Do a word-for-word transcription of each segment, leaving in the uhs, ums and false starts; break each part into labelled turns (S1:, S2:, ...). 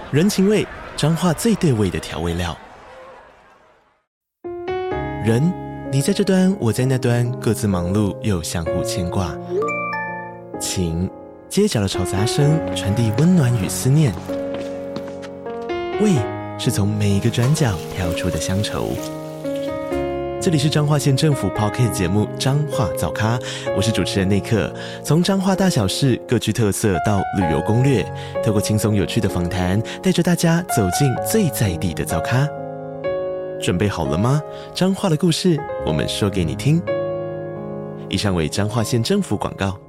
S1: 人情味，彰化最对味的调味料。人，你在这端，我在那端，各自忙碌又相互牵挂。情，街角的吵杂声传递温暖与思念。味，是从每一个转角跳出的乡愁。这里是彰化县政府 Podcast 节目《彰化早咖》，我是主持人内克。从彰化大小事各具特色到旅游攻略，透过轻松有趣的访谈，带着大家走进最在地的早咖。准备好了吗？彰化的故事，我们说给你听。以上为彰化县政府广告。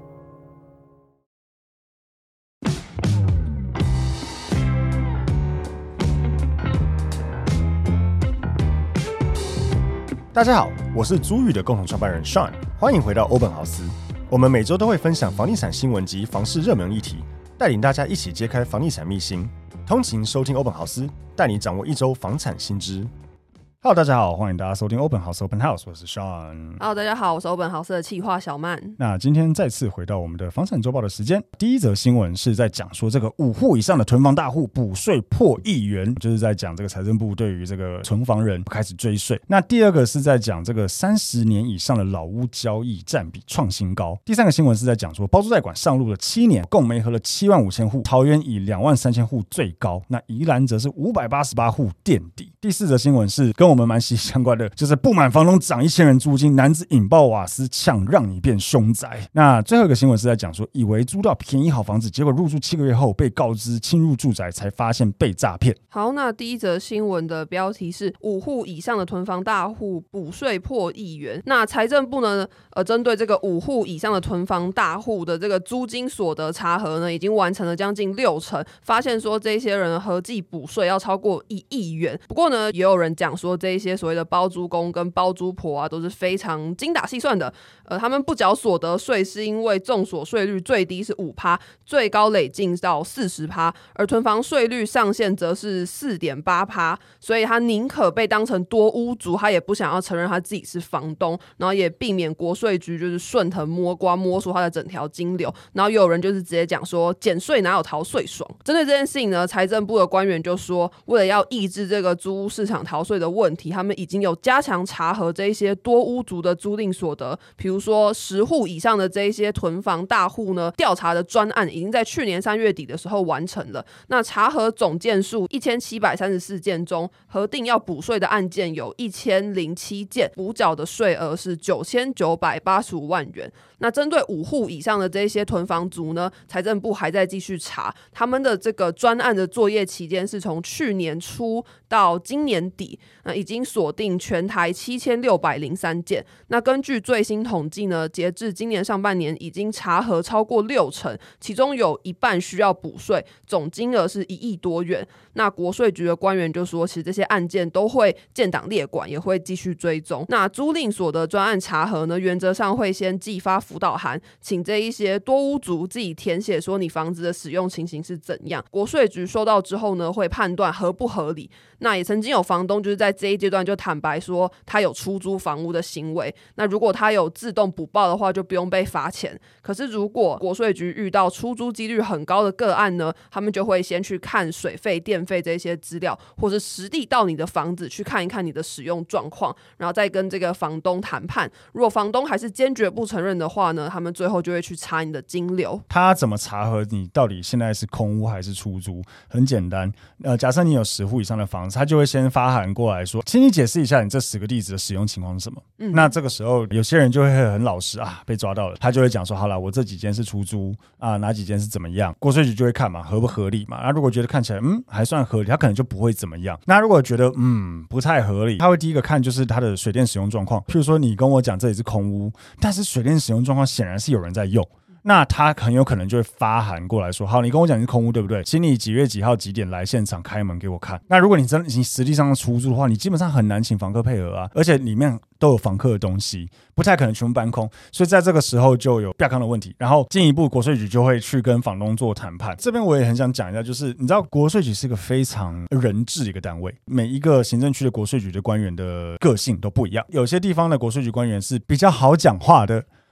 S2: 大家好，我是租宇的共同创办人 Sean， 欢迎回到欧本豪斯。我们每周都会分享房地产新闻及房市热门议题，带领大家一起揭开房地产秘辛。通勤收听欧本豪斯，带你掌握一周房产新知。Hello， 大家好，欢迎大家收听 Open House Open House， 我是 Sean。Hello，
S3: 大家好，我是 Open House 的企划小曼。
S2: 那今天再次回到我们的房产周报的时间，第一则新闻是在讲说这个五户以上的囤房大户补税破亿元，就是在讲这个财政部对于这个囤房人开始追税。那第二个是在讲这个三十年以上的老屋交易占比创新高。第三个新闻是在讲说包租代管上路了七年，共媒合了七万五千户，桃园以两万三千户最高，那宜兰则是五百八十八户垫底。第四则新闻是跟我们蛮息息相关的，就是不满房东涨一千元租金，男子引爆瓦斯呛让你变凶宅。那最后一个新闻是在讲说，以为租到便宜好房子，结果入住七个月后被告知侵入住宅，才发现被诈骗。
S3: 好，那第一则新闻的标题是五户以上的囤房大户补税破亿元。那财政部呢，呃，针对这个五户以上的囤房大户的这个租金所得查核呢，已经完成了将近六成，发现说这些人合计补税要超过一亿元。不过呢，也有人讲说这一些所谓的包租公跟包租婆啊，都是非常精打细算的。呃，他们不缴所得税是因为综所税率最低是 百分之五， 最高累进到 百分之四十， 而囤房税率上限则是 百分之四点八， 所以他宁可被当成多屋族，他也不想要承认他自己是房东，然后也避免国税局就是顺藤摸瓜摸出他的整条金流。然后有人就是直接讲说减税哪有逃税爽。针对这件事情呢，财政部的官员就说，为了要抑制这个租屋市场逃税的问题，他们已经有加强查核这一些多屋族的租赁所得，比如说十户以上的这一些囤房大户呢，调查的专案已经在去年三月底的时候完成了。那查核总件数一千七百三十四件中，核定要补税的案件有一千零七件，补缴的税额是九千九百八十五万元。那针对五户以上的这些囤房族呢，财政部还在继续查，他们的这个专案的作业期间是从去年初到今年底，那已经锁定全台七千六百零三件。那根据最新统计呢，截至今年上半年已经查核超过六成，其中有一半需要补税，总金额是一亿多元。那国税局的官员就说，其实这些案件都会建档列管，也会继续追踪。那租赁所得专案查核呢，原则上会先寄发辅导函，请这一些多屋族自己填写说你房子的使用情形是怎样。国税局收到之后呢，会判断合不合理。那也曾经有房东就是在这一阶段就坦白说他有出租房屋的行为，那如果他有自动补报的话，就不用被罚钱。可是如果国税局遇到出租几率很高的个案呢，他们就会先去看水费、电费这些资料，或是实地到你的房子去看一看你的使用状况，然后再跟这个房东谈判。如果房东还是坚决不承认的话呢，他们最后就会去查你的金流。
S2: 他怎么查核你到底现在是空屋还是出租？很简单，呃，假设你有十户以上的房子，他就会先发函过来说，请你解释一下你这十个地址的使用情况是什么。嗯，那这个时候有些人就会很老实啊，被抓到了，他就会讲说，好了，我这几间是出租啊，哪几间是怎么样？国税局就会看嘛，合不合理嘛。那如果觉得看起来嗯还算合理，他可能就不会怎么样。那如果觉得嗯不太合理，他会第一个看就是他的水电使用状况。譬如说你跟我讲这里是空屋，但是水电使用状况显然是有人在用。那他很有可能就会发函过来说，好，你跟我讲你是空屋对不对？请你几月几号几点来现场开门给我看。那如果你真的你实际上出租的话，你基本上很难请房客配合啊，而且里面都有房客的东西，不太可能全部搬空，所以在这个时候就有亚康的问题，然后进一步国税局就会去跟房东做谈判。这边我也很想讲一下，就是你知道国税局是一个非常人治的一个单位，每一个行政区的国税局的官员的个性都不一样，有些地方的国税局官员是比较好讲话的，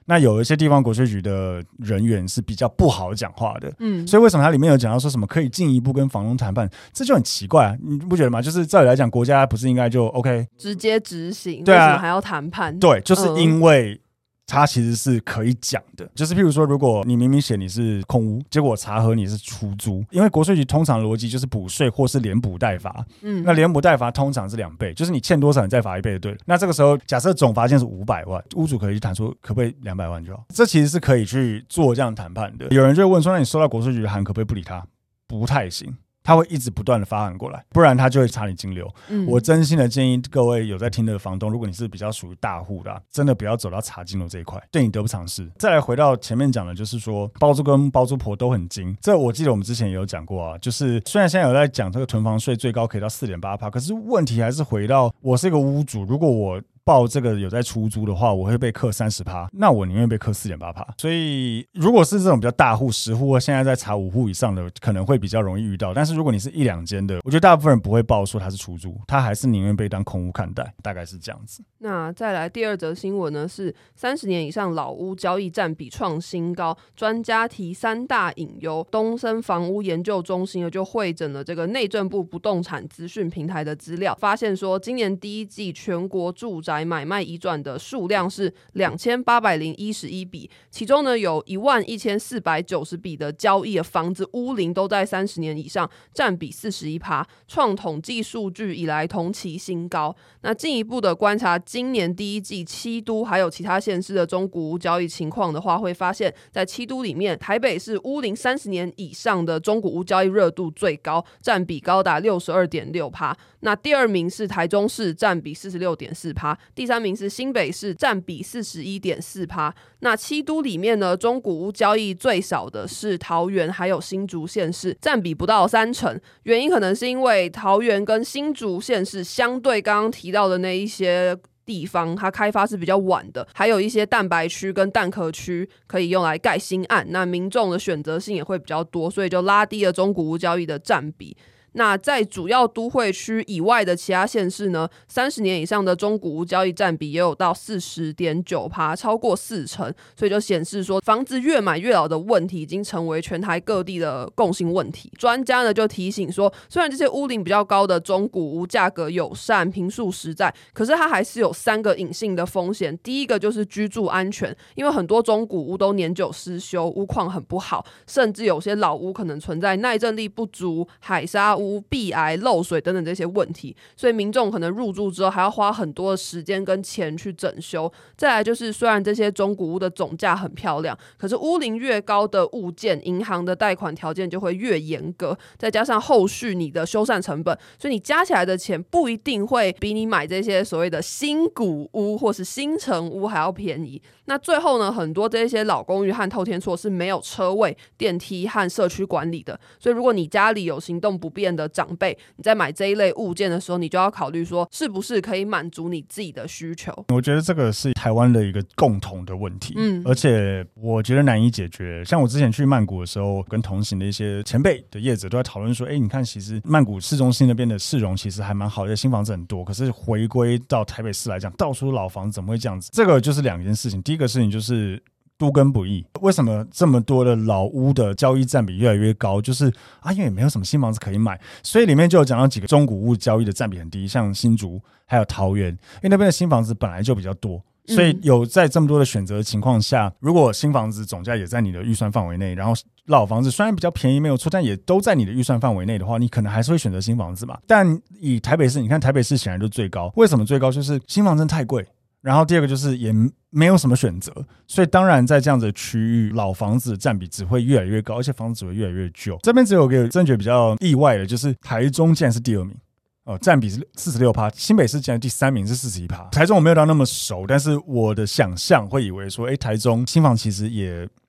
S2: 那有一些地方国税局的人员是比较不好讲话的，
S3: 嗯，
S2: 所以为什么它里面有讲到说什么可以进一步跟房东谈判，这就很奇怪啊，你不觉得吗？就是照理来讲，国家不是应该就 OK
S3: 直接执行，
S2: 对啊，
S3: 为什么还要谈判？
S2: 对，就是因为它其实是可以讲的，就是譬如说，如果你明明写你是空屋，结果查核你是出租，因为国税局通常逻辑就是补税或是连补代罚，嗯，那连补代罚通常是两倍，就是你欠多少你再罚一倍就对了。那这个时候假设总罚金是五百万，屋主可以去谈说可不可以两百万就好，这其实是可以去做这样谈判的。有人就会问说，那你收到国税局的函可不可以不理他？不太行。他会一直不断的发函过来，不然他就会查你金流、嗯、我真心的建议各位有在听的房东，如果你是比较属于大户的、啊、真的不要走到查金流这一块，对你得不偿失。再来回到前面讲的，就是说包租跟包租婆都很精，这我记得我们之前也有讲过啊，就是虽然现在有在讲这个囤房税最高可以到 百分之四点八， 可是问题还是回到我是一个屋主，如果我报这个有在出租的话，我会被课 百分之三十， 那我宁愿被课 百分之四点八。 所以如果是这种比较大户十户，现在在查五户以上的可能会比较容易遇到，但是如果你是一两间的，我觉得大部分人不会报说他是出租，他还是宁愿被当空屋看待，大概是这样子。
S3: 那再来第二则新闻呢，是三十年以上老屋交易占比创新高，专家提三大隐忧。东森房屋研究中心就汇整了这个内政部不动产资讯平台的资料，发现说今年第一季全国住宅买卖移转的数量是两千八百一十一笔，其中呢有一万一千四百九十笔的交易的房子屋龄都在三十年以上，占比 百分之四十一， 创统计数据以来同期新高。那进一步的观察今年第一季七都还有其他县市的中古屋交易情况的话，会发现在七都里面，台北市屋龄三十年以上的中古屋交易热度最高，占比高达 百分之六十二点六。 那第二名是台中市，占比 百分之四十六点四， 第三名是新北市，占比 百分之四十一点四。 那七都里面呢，中古屋交易最少的是桃园还有新竹县市，占比不到三成。原因可能是因为桃园跟新竹县市相对刚刚提到的那一些地方，它开发是比较晚的，还有一些蛋白区跟蛋壳区可以用来盖新案，那民众的选择性也会比较多，所以就拉低了中古屋交易的占比。那在主要都会区以外的其他县市呢，三十年以上的中古屋交易占比也有到 百分之四十点九， 超过四成，所以就显示说房子越买越老的问题已经成为全台各地的共性问题。专家呢就提醒说，虽然这些屋龄比较高的中古屋价格友善、坪数实在，可是它还是有三个隐性的风险。第一个就是居住安全，因为很多中古屋都年久失修，屋况很不好，甚至有些老屋可能存在耐震力不足、海砂屋、壁癌、漏水等等这些问题，所以民众可能入住之后还要花很多的时间跟钱去整修。再来就是虽然这些中古屋的总价很漂亮，可是屋龄越高的物件，银行的贷款条件就会越严格，再加上后续你的修缮成本，所以你加起来的钱不一定会比你买这些所谓的新古屋或是新成屋还要便宜。那最后呢，很多这些老公寓和透天厝是没有车位、电梯和社区管理的，所以如果你家里有行动不便的长辈，你在买这一类物件的时候，你就要考虑说是不是可以满足你自己的需求。
S2: 我觉得这个是台湾的一个共同的问题，嗯，而且我觉得难以解决。像我之前去曼谷的时候，跟同行的一些前辈的业者都在讨论说，哎，你看其实曼谷市中心那边的市容其实还蛮好的，新房子很多，可是回归到台北市来讲，到处老房子怎么会这样子？这个就是两件事情。第一个事情就是都更不易，为什么这么多的老屋的交易占比越来越高？就是啊，因为也没有什么新房子可以买，所以里面就有讲到几个中古屋交易的占比很低，像新竹还有桃园，因为那边的新房子本来就比较多，所以有在这么多的选择的情况下，如果新房子总价也在你的预算范围内，然后老房子虽然比较便宜没有错，但也都在你的预算范围内的话，你可能还是会选择新房子嘛。但以台北市，你看台北市显然就最高，为什么最高？就是新房真的太贵。然后第二个就是也没有什么选择，所以当然在这样子的区域，老房子的占比只会越来越高，而且房子只会越来越旧。这边只有一个真觉得比较意外的，就是台中竟然是第二名，哦，占比是 百分之四十六， 新北市竟然第三名是 百分之四十一。 台中我没有到那么熟，但是我的想象会以为说，哎，台中新房其实也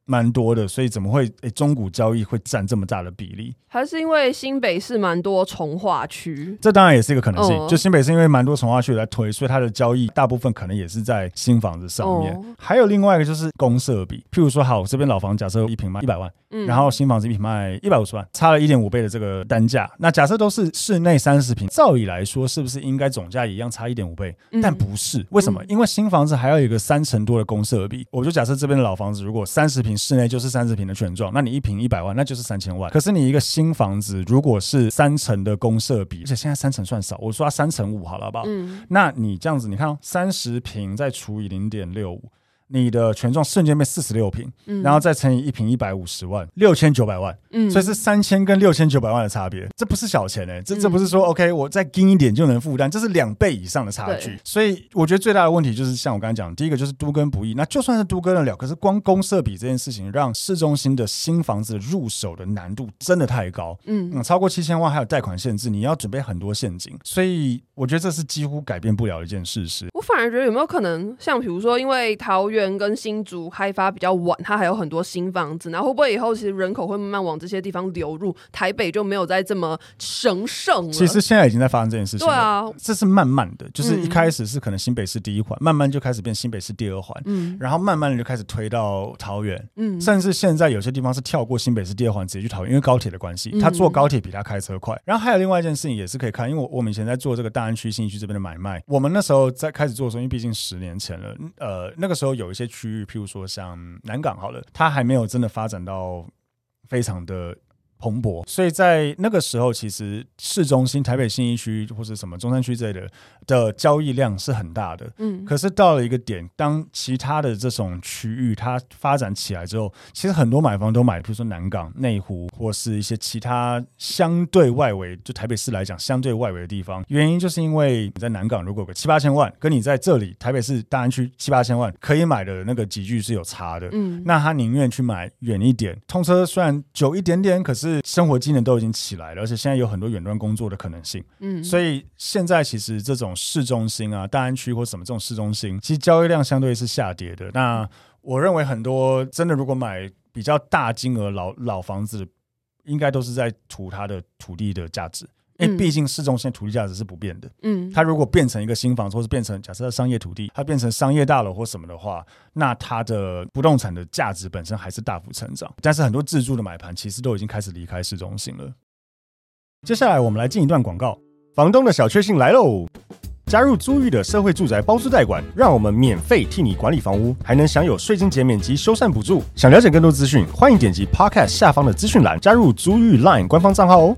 S2: 蛮多的，所以怎么会诶中古交易会占这么大的比例？
S3: 还是因为新北市蛮多重划区？
S2: 这当然也是一个可能性，
S3: 哦、
S2: 就新北市因为蛮多重划区来推，所以它的交易大部分可能也是在新房子上面。哦、还有另外一个就是公设比，譬如说好，这边老房假设一坪卖一百万、嗯，然后新房子一坪卖一百五十万，差了一点五倍的这个单价。那假设都是室内三十坪，照理来说是不是应该总价一样差一点五倍？嗯、但不是，为什么？嗯、因为新房子还要有一个三成多的公设比。我就假设这边的老房子如果三十坪室内就是三十坪的权状，那你一坪一百万，那就是三千万。可是你一个新房子如果是三成的公设比，而且现在三成算少，我说它三成五好了，好不好？嗯、那你这样子，你看哦，三十坪再除以零点六五。你的权状瞬间被四十六坪，然后再乘以一坪一百五十万，六千九百万，嗯，所以是三千跟六千九百万的差别，这不是小钱哎、欸，这这不是说、嗯、OK 我再盯一点就能负担，这是两倍以上的差距。所以我觉得最大的问题就是像我刚才讲，第一个就是都更不易，那就算是都更得了，可是光公设比这件事情，让市中心的新房子入手的难度真的太高，嗯，嗯超过七千万还有贷款限制，你要准备很多现金，所以我觉得这是几乎改变不了的一件事实。
S3: 我反而觉得有没有可能，像比如说，因为桃园跟新竹开发比较晚，它还有很多新房子，然后会不会以后其实人口会慢慢往这些地方流入，台北就没有再这么神圣了？
S2: 其实现在已经在发生这件事情了。
S3: 对啊，
S2: 这是慢慢的，就是一开始是可能新北市第一环，嗯、慢慢就开始变新北市第二环，嗯，然后慢慢的就开始推到桃园，嗯，甚至现在有些地方是跳过新北市第二环直接去桃园，因为高铁的关系，他坐高铁比他开车快。然后还有另外一件事情也是可以看，因为我我们以前在做这个大安区、信义区这边的买卖，我们那时候在开始做的时候，因为毕竟十年前了，呃，那个时候有一些区域，譬如说像南港好了，它还没有真的发展到非常的蓬勃，所以在那个时候，其实市中心、台北信义区或者什么中山区之类的的交易量是很大的。嗯，可是到了一个点，当其他的这种区域它发展起来之后，其实很多买方都买，比如说南港、内湖或是一些其他相对外围，就台北市来讲相对外围的地方。原因就是因为你在南港如果有个七八千万，跟你在这里台北市大安区七八千万可以买的那个集聚是有差的。嗯，那他宁愿去买远一点，通车虽然久一点点，可是生活机能都已经起来了，而且现在有很多远端工作的可能性。嗯，所以现在其实这种市中心啊、大安区或什么这种市中心，其实交易量相对是下跌的。那我认为很多真的如果买比较大金额老老房子，应该都是在图它的土地的价值。因为毕竟市中心土地价值是不变的，嗯，它如果变成一个新房子，或是变成假设商业土地，它变成商业大楼或什么的话，那它的不动产的价值本身还是大幅成长。但是很多自住的买盘其实都已经开始离开市中心了。接下来我们来进一段广告，房东的小确幸来喽！加入租寓的社会住宅包租代管，让我们免费替你管理房屋，还能享有税金减免及修缮补助。想了解更多资讯，欢迎点击 Podcast 下方的资讯栏，加入租寓 Line 官方账号哦。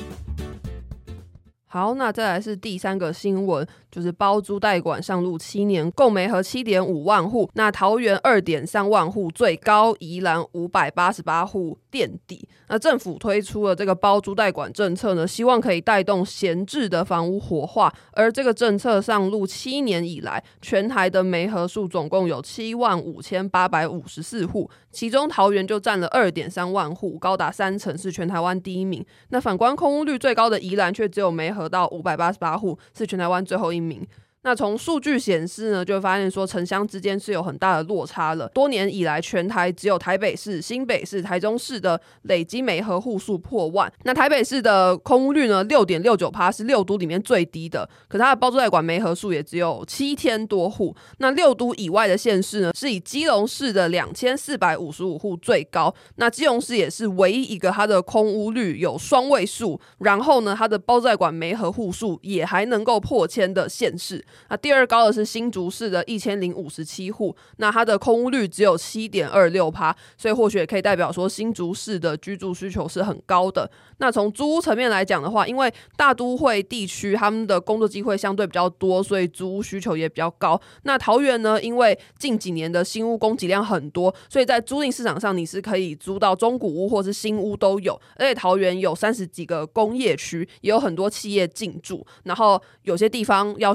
S3: 好，那再来是第三个新闻，就是包租代管上路七年，共媒合 七点五万户，那桃园 二点三万户最高，宜兰五百八十八户垫底。那政府推出了这个包租代管政策呢，希望可以带动闲置的房屋活化。而这个政策上路七年以来，全台的媒合数总共有七万五千八百五十四户，其中桃园就占了 二点三万户，高达三成，是全台湾第一名。那反观空屋率最高的宜兰却只有媒合到五百八十八户，是全台湾最后一名。那从数据显示呢，就会发现说城乡之间是有很大的落差了。多年以来，全台只有台北市、新北市、台中市的累积媒合户数破万。那台北市的空屋率呢 六点六九 是六都里面最低的，可是它的包租代管媒合数也只有七千多户。那六都以外的县市呢，是以基隆市的两千四百五十五户最高。那基隆市也是唯一一个它的空屋率有双位数，然后呢，它的包租代管媒合户数也还能够破千的县市。那第二高的是新竹市的一千零五十七户，那它的空屋率只有 七点二六 所以或许也可以代表说新竹市的居住需求是很高的。那从租屋层面来讲的话，因为大都会地区他们的工作机会相对比较多，所以租屋需求也比较高。那桃园呢，因为近几年的新屋供给量很多，所以在租赁市场上你是可以租到中古屋或是新屋都有。而且桃园有三十几个工业区，也有很多企业进驻，然后有些地方要去双北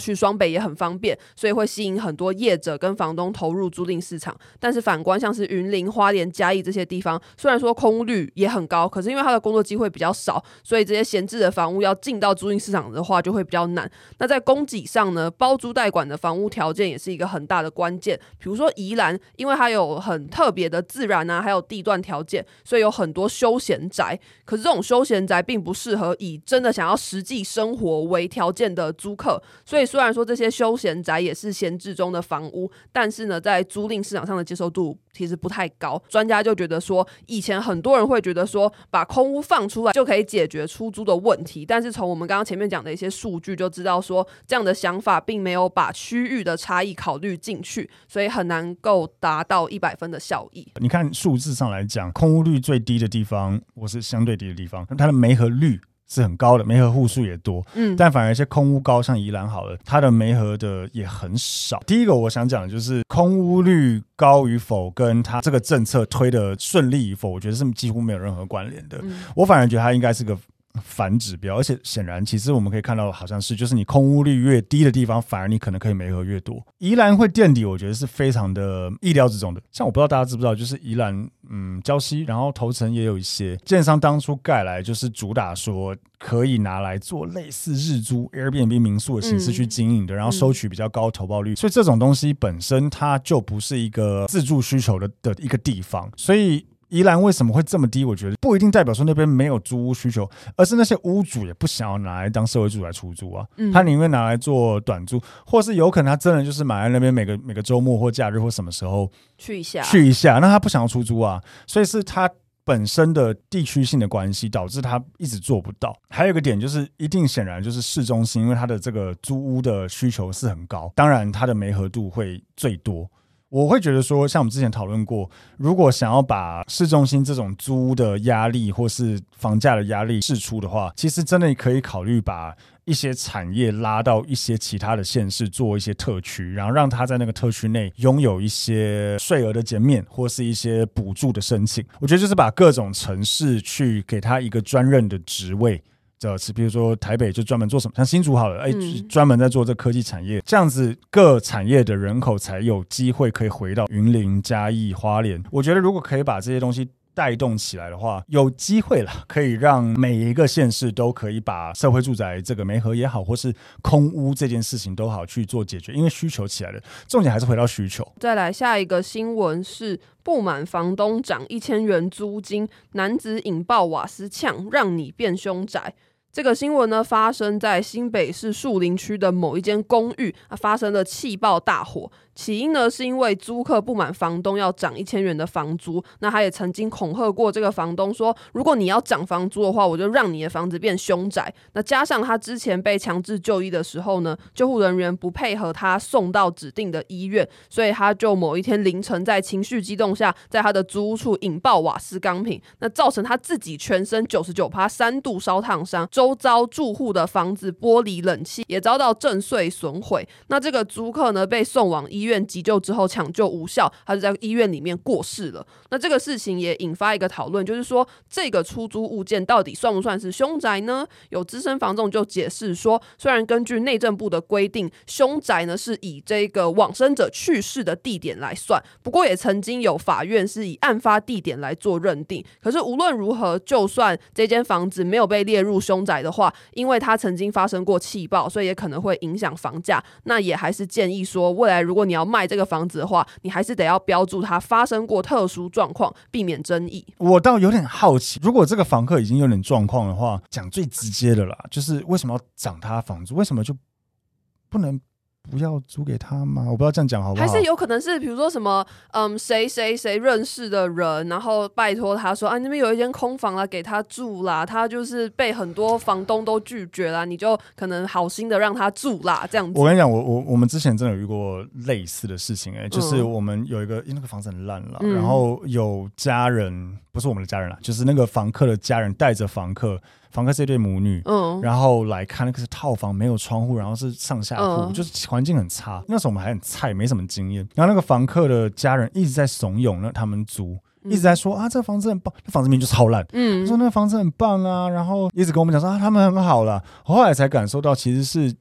S3: 北也很方便，所以会吸引很多业者跟房东投入租赁市场。但是反观像是云林、花莲、嘉义这些地方，虽然说空屋率也很高，可是因为它的工作机会比较少，所以这些闲置的房屋要进到租赁市场的话就会比较难。那在供给上呢，包租代管的房屋条件也是一个很大的关键。比如说宜兰，因为它有很特别的自然啊，还有地段条件，所以有很多休闲宅。可是这种休闲宅并不适合以真的想要实际生活为条件的租客，所以虽然说这些休闲宅也是闲置中的房屋，但是呢，在租赁市场上的接受度其实不太高。专家就觉得说，以前很多人会觉得说，把空屋放出来就可以解决出租的问题，但是从我们刚刚前面讲的一些数据就知道说，这样的想法并没有把区域的差异考虑进去，所以很难够达到一百分的效益。
S2: 你看数字上来讲，空屋率最低的地方，或是相对低的地方，它的媒合率是很高的，媒合户数也多，嗯，但反而一些空屋高，像宜兰好了，它的媒合的也很少。第一个我想讲的就是空屋率高与否跟它这个政策推的顺利与否，我觉得是几乎没有任何关联的。嗯、我反而觉得它应该是个反指标，而且显然其实我们可以看到好像是就是你空屋率越低的地方，反而你可能可以媒合越多。宜兰会垫底我觉得是非常的意料之中的。像我不知道大家知不知道，就是宜兰嗯礁溪，然后头城也有一些建商当初盖来就是主打说可以拿来做类似日租 Airbnb 民宿的形式去经营的、嗯、然后收取比较高投报率、嗯、所以这种东西本身它就不是一个自住需求 的, 的一个地方。所以宜兰为什么会这么低，我觉得不一定代表说那边没有租屋需求，而是那些屋主也不想要拿来当社会住来出租啊、嗯、他宁愿拿来做短租，或是有可能他真的就是买在那边每个每个周末或假日或什么时候
S3: 去一下
S2: 去一下，那他不想要出租啊，所以是他本身的地区性的关系导致他一直做不到。还有一个点就是一定显然就是市中心，因为他的这个租屋的需求是很高，当然他的媒合度会最多。我会觉得说像我们之前讨论过，如果想要把市中心这种租的压力或是房价的压力释出的话，其实真的可以考虑把一些产业拉到一些其他的县市做一些特区，然后让他在那个特区内拥有一些税额的减免或是一些补助的申请。我觉得就是把各种城市去给他一个专任的职位，比如说台北就专门做什么，像新竹好了，哎，专门在做这科技产业，这样子各产业的人口才有机会可以回到云林、嘉义、花莲。我觉得如果可以把这些东西带动起来的话，有机会了，可以让每一个县市都可以把社会住宅这个媒合也好，或是空屋这件事情都好去做解决，因为需求起来了，重点还是回到需求。
S3: 再来下一个新闻是不满房东涨一千元租金，男子引爆瓦斯呛，让你变凶宅。这个新闻呢，发生在新北市树林区的某一间公寓，啊、发生了气爆大火。起因呢，是因为租客不满房东要涨一千元的房租，那他也曾经恐吓过这个房东说，如果你要涨房租的话，我就让你的房子变凶宅。那加上他之前被强制就医的时候呢，救护人员不配合他送到指定的医院，所以他就某一天凌晨在情绪激动下，在他的租屋处引爆瓦斯钢瓶，那造成他自己全身 百分之九十九 三度烧烫伤，周遭住户的房子玻璃冷气也遭到震碎损毁。那这个租客呢，被送往医院急救之后抢救无效，他就在医院里面过世了。那这个事情也引发一个讨论，就是说这个出租物件到底算不算是凶宅呢？有资深房仲就解释说，虽然根据内政部的规定，凶宅呢是以这个往生者去世的地点来算，不过也曾经有法院是以案发地点来做认定。可是无论如何，就算这间房子没有被列入凶宅的话，因为它曾经发生过气爆，所以也可能会影响房价。那也还是建议说，未来如果你要卖这个房子的话，你还是得要标注它发生过特殊状况，避免争议。
S2: 我倒有点好奇，如果这个房客已经有点状况的话，讲最直接的啦，就是为什么要涨他房租？为什么就不能不要租给他吗？我不知道这样讲好不好？
S3: 还是有可能是比如说什么嗯谁谁谁认识的人，然后拜托他说啊那边有一间空房啦，给他住啦，他就是被很多房东都拒绝啦，你就可能好心的让他住啦，这样子。
S2: 我跟你讲，我我我们之前真的有遇过类似的事情、欸，就是我们有一个、嗯、因为那个房子很烂了、嗯，然后有家人不是我们的家人啦，就是那个房客的家人带着房客。房客是一对母女、嗯，然后来看那个是套房，没有窗户，然后是上下铺、嗯，就是环境很差。那时候我们还很菜，没什么经验。然后那个房客的家人一直在怂恿那他们租，一直在说啊，这个房子很棒，那房子明明就超烂。嗯，他说那个房子很棒啊，然后一直跟我们讲说啊，他们很好啦。我后来才感受到，其实是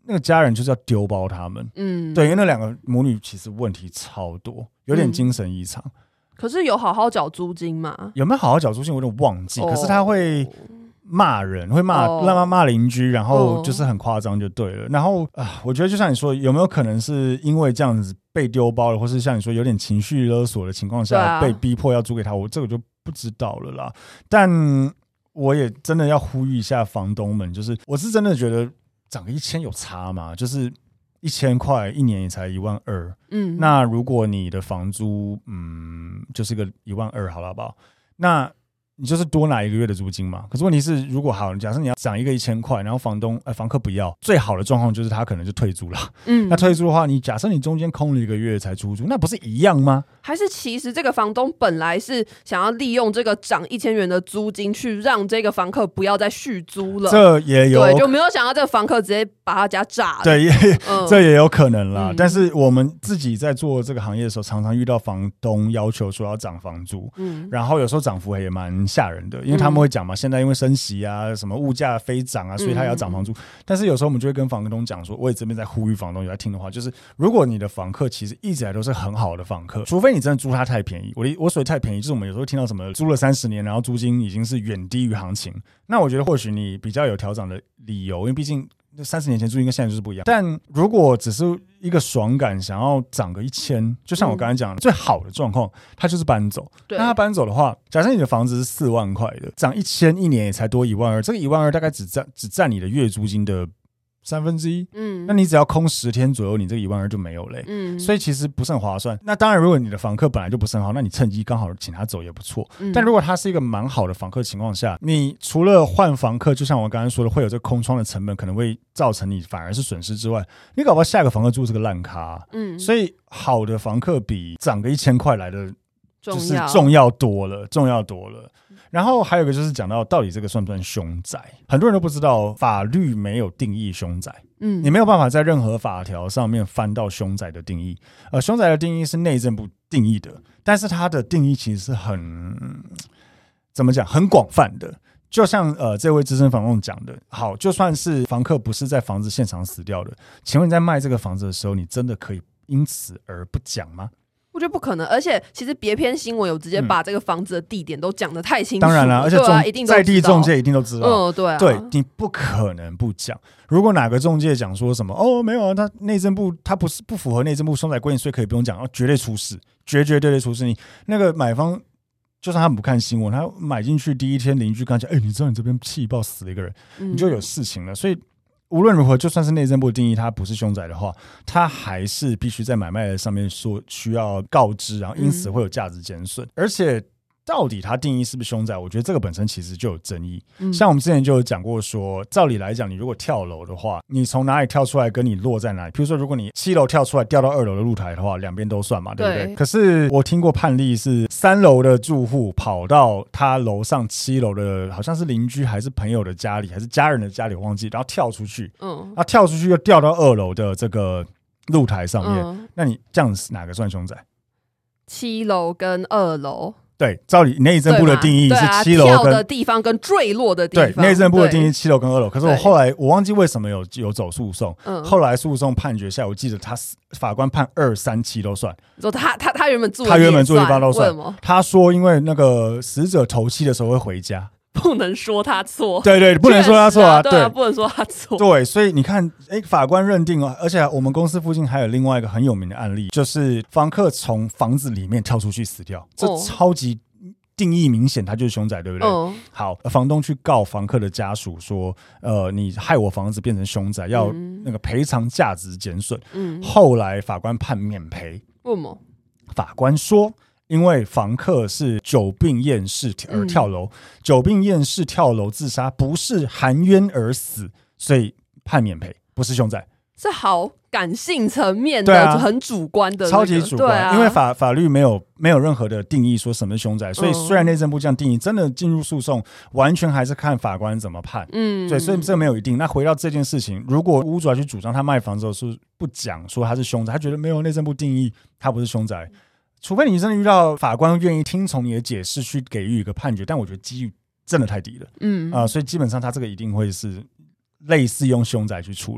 S2: 那个家人就是要丢包他们。嗯，对，因为那两个母女其实问题超多，有点精神异常。嗯，
S3: 可是有好好缴租金吗？
S2: 有没有好好缴租金我有点忘记。哦，可是他会骂人，会骂让他骂邻居，然后就是很夸张就对了。然后啊，我觉得就像你说，有没有可能是因为这样子被丢包了，或是像你说有点情绪勒索的情况下，被逼迫要租给他？我这个就不知道了啦。但我也真的要呼吁一下房东们，就是我是真的觉得涨个一千有差吗？就是一千块一年也才一万二，嗯，那如果你的房租嗯就是个一万二，好了好不好？那你就是多拿一个月的租金嘛。可是问题是，如果好，假设你要涨一个一千块，然后房东呃房客不要，最好的状况就是他可能就退租了。嗯，那退租的话，你假设你中间空了一个月才出租，那不是一样吗？
S3: 还是其实这个房东本来是想要利用这个涨一千元的租金去让这个房客不要再续租了？
S2: 这也有，
S3: 对，就没有想到这个房客直接把他家炸了。
S2: 对，也嗯、这也有可能啦、嗯。但是我们自己在做这个行业的时候，常常遇到房东要求说要涨房租，嗯，然后有时候涨幅也蛮吓人的，因为他们会讲嘛，现在因为升息啊，什么物价飞涨啊，所以他也要涨房租、嗯。但是有时候我们就会跟房东讲说，我也这边在呼吁房东有在听的话，就是如果你的房客其实一直以来都是很好的房客，除非你真的租他太便宜，我的我所谓太便宜，就是我们有时候听到什么租了三十年，然后租金已经是远低于行情，那我觉得或许你比较有调涨的理由，因为毕竟三十年前租金跟现在就是不一样。但如果只是一个爽感，想要涨个一千，就像我刚才讲的、嗯，最好的状况，他就是搬走。那他搬走的话，假设你的房子是四万块的，涨一千，一年也才多一万二，这个一万二大概只占只占你的月租金的三分之一，嗯，那你只要空十天左右，你这个一万二就没有嘞、欸，嗯，所以其实不是很划算。那当然，如果你的房客本来就不是很好，那你趁机刚好请他走也不错、嗯。但如果他是一个蛮好的房客情况下，你除了换房客，就像我刚才说的，会有这个空窗的成本，可能会造成你反而是损失之外，你搞不好下个房客住是个烂咖，嗯，所以好的房客比涨个一千块来的就是重要多了，重要多了。然后还有一个就是讲到到底这个算不算凶宅，很多人都不知道法律没有定义凶宅，嗯，你没有办法在任何法条上面翻到凶宅的定义。呃，凶宅的定义是内政部定义的，但是它的定义其实是很怎么讲，很广泛的。就像呃这位资深房东讲的，好，就算是房客不是在房子现场死掉的，请问你在卖这个房子的时候，你真的可以因此而不讲吗？
S3: 我觉得不可能，而且其实别篇新闻有直接把这个房子的地点都讲得太清楚、嗯、
S2: 当然了，而且
S3: 啊、一定
S2: 在地仲介一定都知道，
S3: 嗯，对啊，
S2: 对，你不可能不讲。如果哪个仲介讲说什么哦没有啊，他内政部他不是不符合内政部凶宅规定，所以可以不用讲，绝对出事，绝绝对对出事。你那个买方就算他不看新闻，他买进去第一天邻居跟他讲，哎、欸，你知道你这边气爆死了一个人、嗯，你就有事情了，所以。无论如何，就算是内政部定义它不是凶宅的话，它还是必须在买卖的上面说需要告知，然后因此会有价值减损、嗯。而且到底它定义是不是凶宅，我觉得这个本身其实就有争议。嗯、像我们之前就有讲过说，照理来讲，你如果跳楼的话，你从哪里跳出来跟你落在哪里，比如说如果你七楼跳出来掉到二楼的露台的话，两边都算嘛，对不对？对。可是我听过判例是三楼的住户跑到他楼上七楼的，好像是邻居还是朋友的家里，还是家人的家里，我忘记，然后跳出去，嗯，然后跳出去又掉到二楼的这个露台上面，嗯、那你这样子哪个算凶宅？
S3: 七楼跟二楼。
S2: 对，照理内政部的定义是七楼跟、
S3: 啊、跳的地方跟坠落的地方。
S2: 对，内政部的定义七楼跟二楼。可是我后来我忘记为什么有有走诉讼、嗯，后来诉讼判决下，我记得他法官判二三七都算。
S3: 说他他他原本住的
S2: 他原本住的地方都算。他说因为那个死者头七的时候会回家。
S3: 不能说他错，
S2: 对对，不能说他错啊，
S3: 对啊，不能说他错，
S2: 对，所以你看，哎，法官认定哦，而且我们公司附近还有另外一个很有名的案例，就是房客从房子里面跳出去死掉，这超级定义明显，他就是凶宅，对不对？哦、好，房东去告房客的家属说，呃，你害我房子变成凶宅，要那个赔偿价值减损。嗯，后来法官判免赔，
S3: 为什么？
S2: 法官说。因为房客是久病厌世而跳楼、嗯，久病厌世跳楼自杀不是含冤而死，所以判免赔，不是凶宅。
S3: 是好感性层面的、啊、很主观的、那個，
S2: 超级主观。啊、因为法法律没有没有任何的定义说什么是凶宅，所以虽然内政部这样定义，真的进入诉讼，完全还是看法官怎么判。嗯，对，所以这个没有一定。那回到这件事情，如果屋主要去主张他卖房子的时候是不讲说他是凶宅，他觉得没有内政部定义，他不是凶宅。除非你真的遇到法官愿意听从你的解释去给予一个判决，但我觉得几率真的太低了，嗯啊、呃，所以基本上他这个一定会是类似用凶宅去处理的。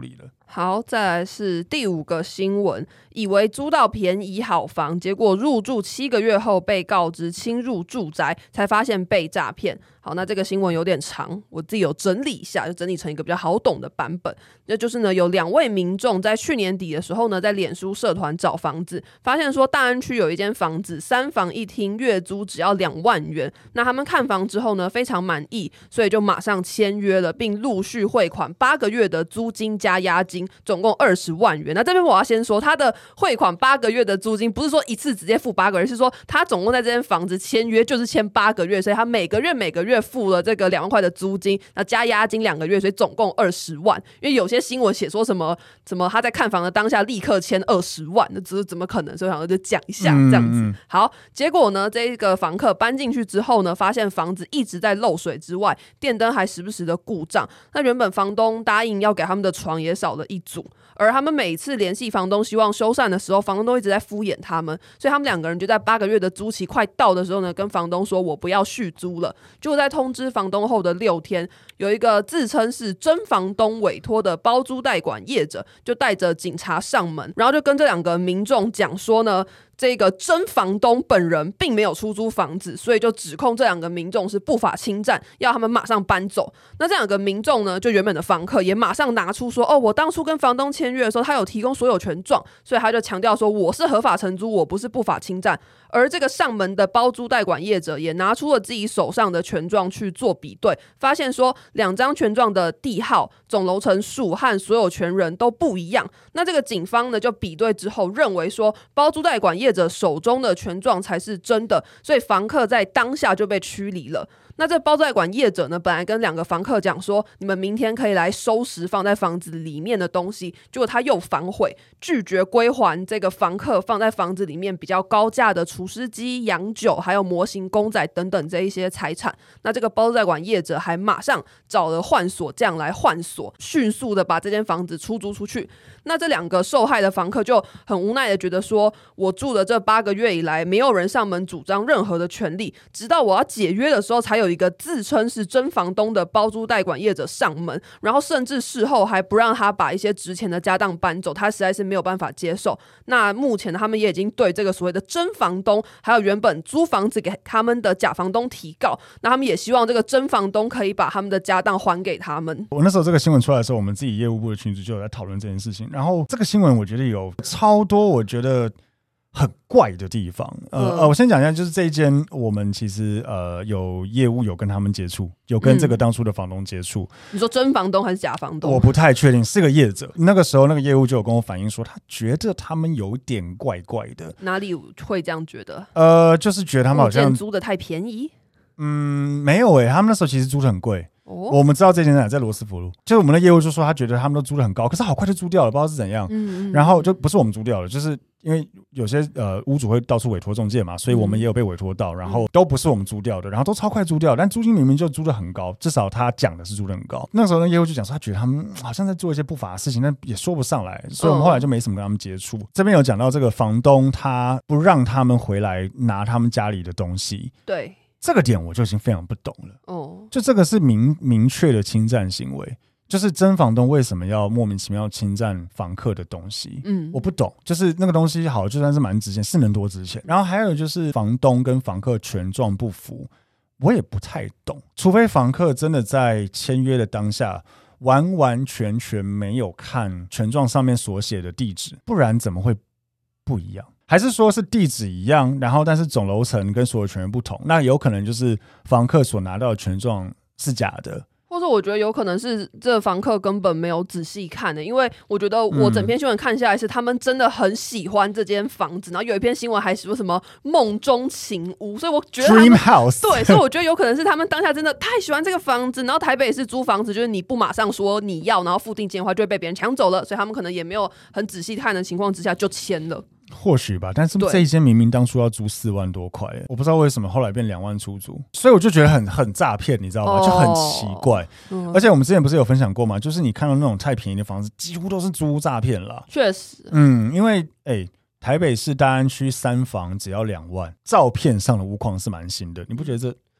S3: 好，再来是第五个新闻，以为租到便宜好房，结果入住七个月后被告知侵入住宅，才发现被诈骗。好，那这个新闻有点长，我自己有整理一下，就整理成一个比较好懂的版本。那就是呢，有两位民众在去年底的时候呢，在脸书社团找房子，发现说大安区有一间房子，三房一厅，月租只要两万元。那他们看房之后呢，非常满意，所以就马上签约了，并陆续汇款八个月的租金加押金，总共二十万元。那这边我要先说，他的汇款八个月的租金，不是说一次直接付八个月，是说他总共在这间房子签约就是签八个月，所以他每个月每个月付了这个两万块的租金，那加押金两个月，所以总共二十万。因为有些新闻写说什么什么他在看房的当下立刻签二十万，那只是怎么可能？所以我想就讲一下这样子。嗯嗯好，结果呢，这个房客搬进去之后呢，发现房子一直在漏水之外，电灯还时不时的故障。那原本房东答应要给他们的床也少了一组，而他们每次联系房东希望修缮的时候，房东都一直在敷衍他们，所以他们两个人就在八个月的租期快到的时候呢，跟房东说我不要续租了。就在通知房东后的六天，有一个自称是真房东委托的包租代管业者，就带着警察上门，然后就跟这两个民众讲说呢，这个真房东本人并没有出租房子，所以就指控这两个民众是不法侵占，要他们马上搬走。那这两个民众呢，就原本的房客也马上拿出说，哦，我当初跟房东签约的时候，他有提供所有权状，所以他就强调说我是合法承租，我不是不法侵占。而这个上门的包租代管业者也拿出了自己手上的权状去做比对，发现说两张权状的地号、总楼层数和所有权人都不一样。那这个警方呢就比对之后认为说，包租代管业者手中的权状才是真的，所以房客在当下就被驱离了。那这包租代管业者呢，本来跟两个房客讲说，你们明天可以来收拾放在房子里面的东西，结果他又反悔，拒绝归还这个房客放在房子里面比较高价的除湿机、洋酒还有模型公仔等等这一些财产。那这个包租代管业者还马上找了换锁匠来换锁，迅速的把这间房子出租出去。那这两个受害的房客就很无奈的觉得说，我住了这八个月以来，没有人上门主张任何的权利，直到我要解约的时候，才有一个自称是真房东的包租代管业者上门，然后甚至事后还不让他把一些值钱的家当搬走，他实在是没有办法接受。那目前他们也已经对这个所谓的真房东还有原本租房子给他们的假房东提告，那他们也希望这个真房东可以把他们的家当还给他们。
S2: 我那时候这个新闻出来的时候，我们自己业务部的群组就有在讨论这件事情，然后这个新闻我觉得有超多我觉得很怪的地方。呃、嗯、呃，我先讲一下，就是这一间我们其实呃有业务有跟他们接触，有跟这个当初的房东接触。嗯、
S3: 你说真房东还是假房东？
S2: 我不太确定，是个业者。那个时候那个业务就有跟我反映说，他觉得他们有点怪怪的。
S3: 哪里会这样觉得？
S2: 呃，就是觉得他们好像
S3: 租的太便宜。
S2: 嗯，没有诶、欸，他们那时候其实租的很贵。哦、我们知道这间在哪，在罗斯福路。就是我们的业务就说他觉得他们都租的很高，可是好快就租掉了，不知道是怎样。嗯嗯然后就不是我们租掉了，就是因为有些呃屋主会到处委托中介嘛，所以我们也有被委托到，然后都不是我们租掉的，然后都超快租掉，但租金明明就租的很高，至少他讲的是租的很高。那时候那业务就讲说，他觉得他们好像在做一些不法的事情，但也说不上来，所以我们后来就没什么跟他们接触。嗯、这边有讲到这个房东他不让他们回来拿他们家里的东西，
S3: 对。
S2: 这个点我就已经非常不懂了。哦，就这个是明明确的侵占行为，就是真房东为什么要莫名其妙侵占房客的东西？嗯，我不懂。就是那个东西好，就算是蛮值钱，是能多值钱。然后还有就是房东跟房客权状不符，我也不太懂。除非房客真的在签约的当下完完全全没有看权状上面所写的地址，不然怎么会不一样？还是说是地址一样，然后但是总楼层跟所有权人不同，那有可能就是房客所拿到的权状是假的，
S3: 或者我觉得有可能是这个房客根本没有仔细看的，因为我觉得我整篇新闻看下来是他们真的很喜欢这间房子，然后有一篇新闻还说什么梦中情屋，所以我觉得
S2: Dream House
S3: 对，所以我觉得有可能是他们当下真的太喜欢这个房子，然后台北市租房子就是你不马上说你要，然后付定金的话就会被别人抢走了，所以他们可能也没有很仔细看的情况之下就签了。
S2: 或许吧，但是这一间明明当初要租四万多块，我不知道为什么后来变两万出租，所以我就觉得很很诈骗，你知道吗？哦、就很奇怪、嗯。而且我们之前不是有分享过吗？就是你看到那种太便宜的房子，几乎都是租诈骗啦。
S3: 确实，
S2: 嗯，因为哎、欸，台北市大安区三房只要两万，照片上的屋况是蛮新的，你不觉得这？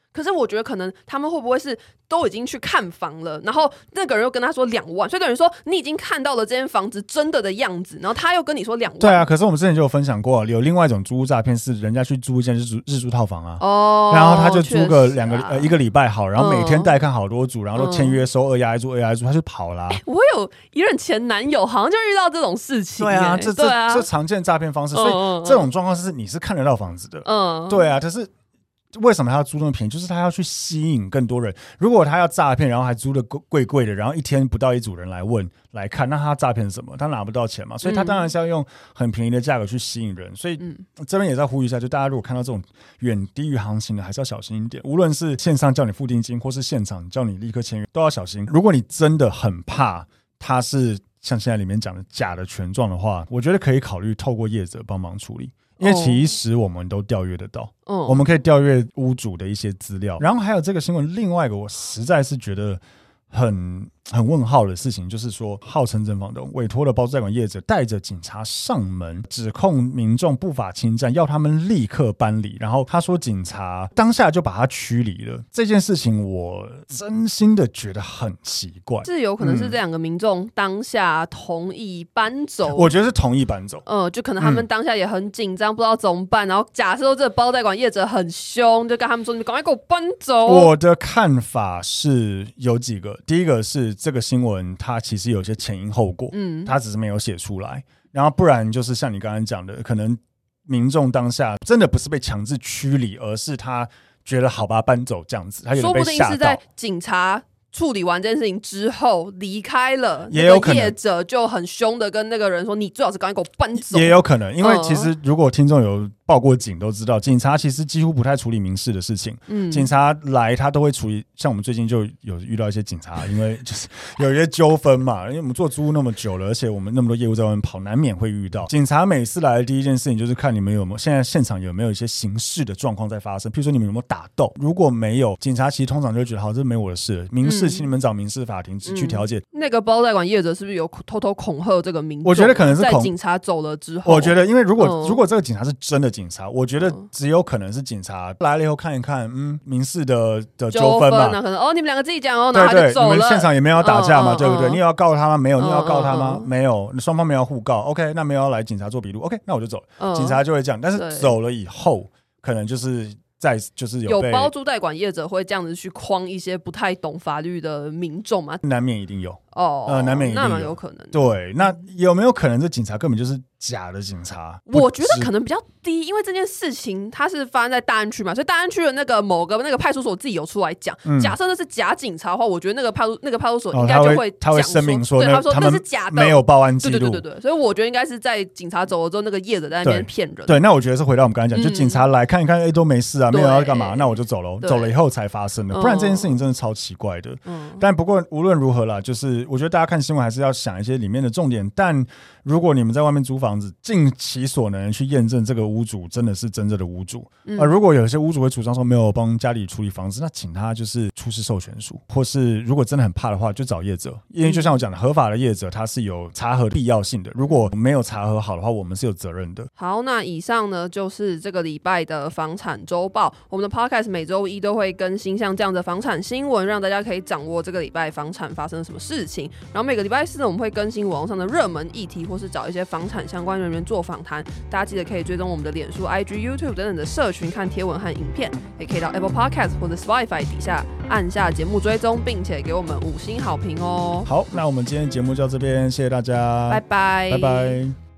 S3: 可是我觉得可能他们会不会是都已经去看房了，然后那个人又跟他说两万，所以等于说你已经看到了这间房子真的的样子，然后他又跟你说两万。
S2: 对啊，可是我们之前就有分享过，有另外一种租屋诈骗是人家去租一间日租日租套房啊，
S3: 哦，
S2: 然后他就租个两个、
S3: 啊、
S2: 呃一个礼拜好，然后每天带看好多组，嗯、然后都签约收二押一租二押一租，他就跑啦、啊欸。
S3: 我有一任前男友好像就遇到这种事情、欸，
S2: 对啊，这这
S3: 对啊，
S2: 这常见诈骗方式，所以这种状况是你是看得到房子的，嗯，对啊，可是。为什么他要租那么便宜？就是他要去吸引更多人。如果他要诈骗，然后还租的贵贵的，然后一天不到一组人来问来看，那他诈骗什么？他拿不到钱嘛，所以他当然是要用很便宜的价格去吸引人。所以这边也在呼吁一下，就大家如果看到这种远低于行情的，还是要小心一点。无论是线上叫你付定金，或是现场叫你立刻签约，都要小心。如果你真的很怕他是像现在里面讲的假的权状的话，我觉得可以考虑透过业者帮忙处理。因为其实我们都调阅得到，哦、我们可以调阅屋主的一些资料，然后还有这个新闻，另外一个我实在是觉得很很问号的事情，就是说号称真房东委托的包租代管业者带着警察上门，指控民众不法侵占，要他们立刻搬离。然后他说警察当下就把他驱离了。这件事情我真心的觉得很奇怪，
S3: 是有可能是这两个民众当下同意搬走、
S2: 嗯，我觉得是同意搬走。
S3: 呃，就可能他们当下也很紧张、嗯，不知道怎么办。然后假设说这个包租代管业者很凶，就跟他们说：“你赶快给我搬走。”
S2: 我的看法是有几个，第一个是这个新闻它其实有些前因后果，嗯，它只是没有写出来，然后不然就是像你刚刚讲的，可能民众当下真的不是被强制驱离，而是他觉得好吧搬走这样子，他有点被吓到，
S3: 说不定是在警察处理完这件事情之后离开了，
S2: 也有可能、
S3: 那个、业者就很凶的跟那个人说：“你最好是赶快给我搬走。”
S2: 也有可能，因为其实如果听众有报过警都知道，警察其实几乎不太处理民事的事情。嗯，警察来他都会处理，像我们最近就有遇到一些警察，因为就是有一些纠纷嘛，因为我们做租屋那么久了，而且我们那么多业务在外面跑，难免会遇到。警察每次来的第一件事情就是看你们有没有现在现场有没有一些刑事的状况在发生，譬如说你们有没有打斗，如果没有，警察其实通常就会觉得好，这没我的事了，民事请你们找民事法庭去调解、嗯。
S3: 那个包代管业者是不是有偷偷恐吓这个民众？
S2: 我觉得可能是
S3: 在警察走了之后，
S2: 我觉得因为如果、嗯、如果这个警察是真的警察，我觉得。只有可能是警察来了以后看一看，嗯，民事的的纠纷嘛，
S3: 啊，可能哦，你们两个自己讲哦，然后他就走了。
S2: 对对，你们现场也没有要打架嘛，嗯、对不对？
S3: 嗯、
S2: 你有要告他吗？没有，嗯、你有要告他吗？
S3: 嗯、
S2: 没有，双方没有互告。OK， 那没有要来警察做笔录。OK， 那我就走了。嗯、警察就会这样，但是走了以后，可能就是在就是有
S3: 有包租代管业者会这样子去诓一些不太懂法律的民众吗？
S2: 难免一定有
S3: 哦，
S2: 呃，难免一定有，
S3: 那蛮有可能的。
S2: 对，那有没有可能这警察根本就是假的警察？
S3: 我觉得可能比较低，因为这件事情它是发生在大安区嘛，所以大安区的那个某个那个派出所自己有出来讲、嗯。假设那是假警察的话，我觉得那个派出那个派出所应该就会
S2: 讲说、哦、他会声明说，
S3: 对，他说那是假的，
S2: 没有报案记录。
S3: 对对对对，所以我觉得应该是在警察走了之后，那个业者在那边骗人。
S2: 对，那我觉得是回到我们刚才讲、嗯，就警察来看一看，哎、欸，都没事啊，没有要干嘛，那我就走了，走了以后才发生的，不然这件事情真的超奇怪的。嗯、但不过无论如何啦，就是我觉得大家看新闻还是要想一些里面的重点。但如果你们在外面租房子，尽其所能去验证这个屋主真的是真正的屋主。嗯、而如果有些屋主会主张说没有帮家里处理房子，那请他就是出示授权书，或是如果真的很怕的话，就找业者。因为就像我讲的，合法的业者他是有查核必要性的，如果没有查核好的话，我们是有责任的。
S3: 好，那以上呢就是这个礼拜的房产周报。我们的 podcast 每周一都会更新像这样的房产新闻，让大家可以掌握这个礼拜房产发生了什么事情。然后每个礼拜四呢，我们会更新网络上的热门议题，或是找一些房产相关人员做访谈。大家记得可以追踪我们的脸书、I G、YouTube 等等的社群，看贴文和影片，也可以到 Apple Podcast 或者 Spotify 底下按下节目追踪，并且给我们五星好评哦。
S2: 好，那我们今天的节目就到这边，谢谢大家，
S3: 拜拜，
S2: 拜拜。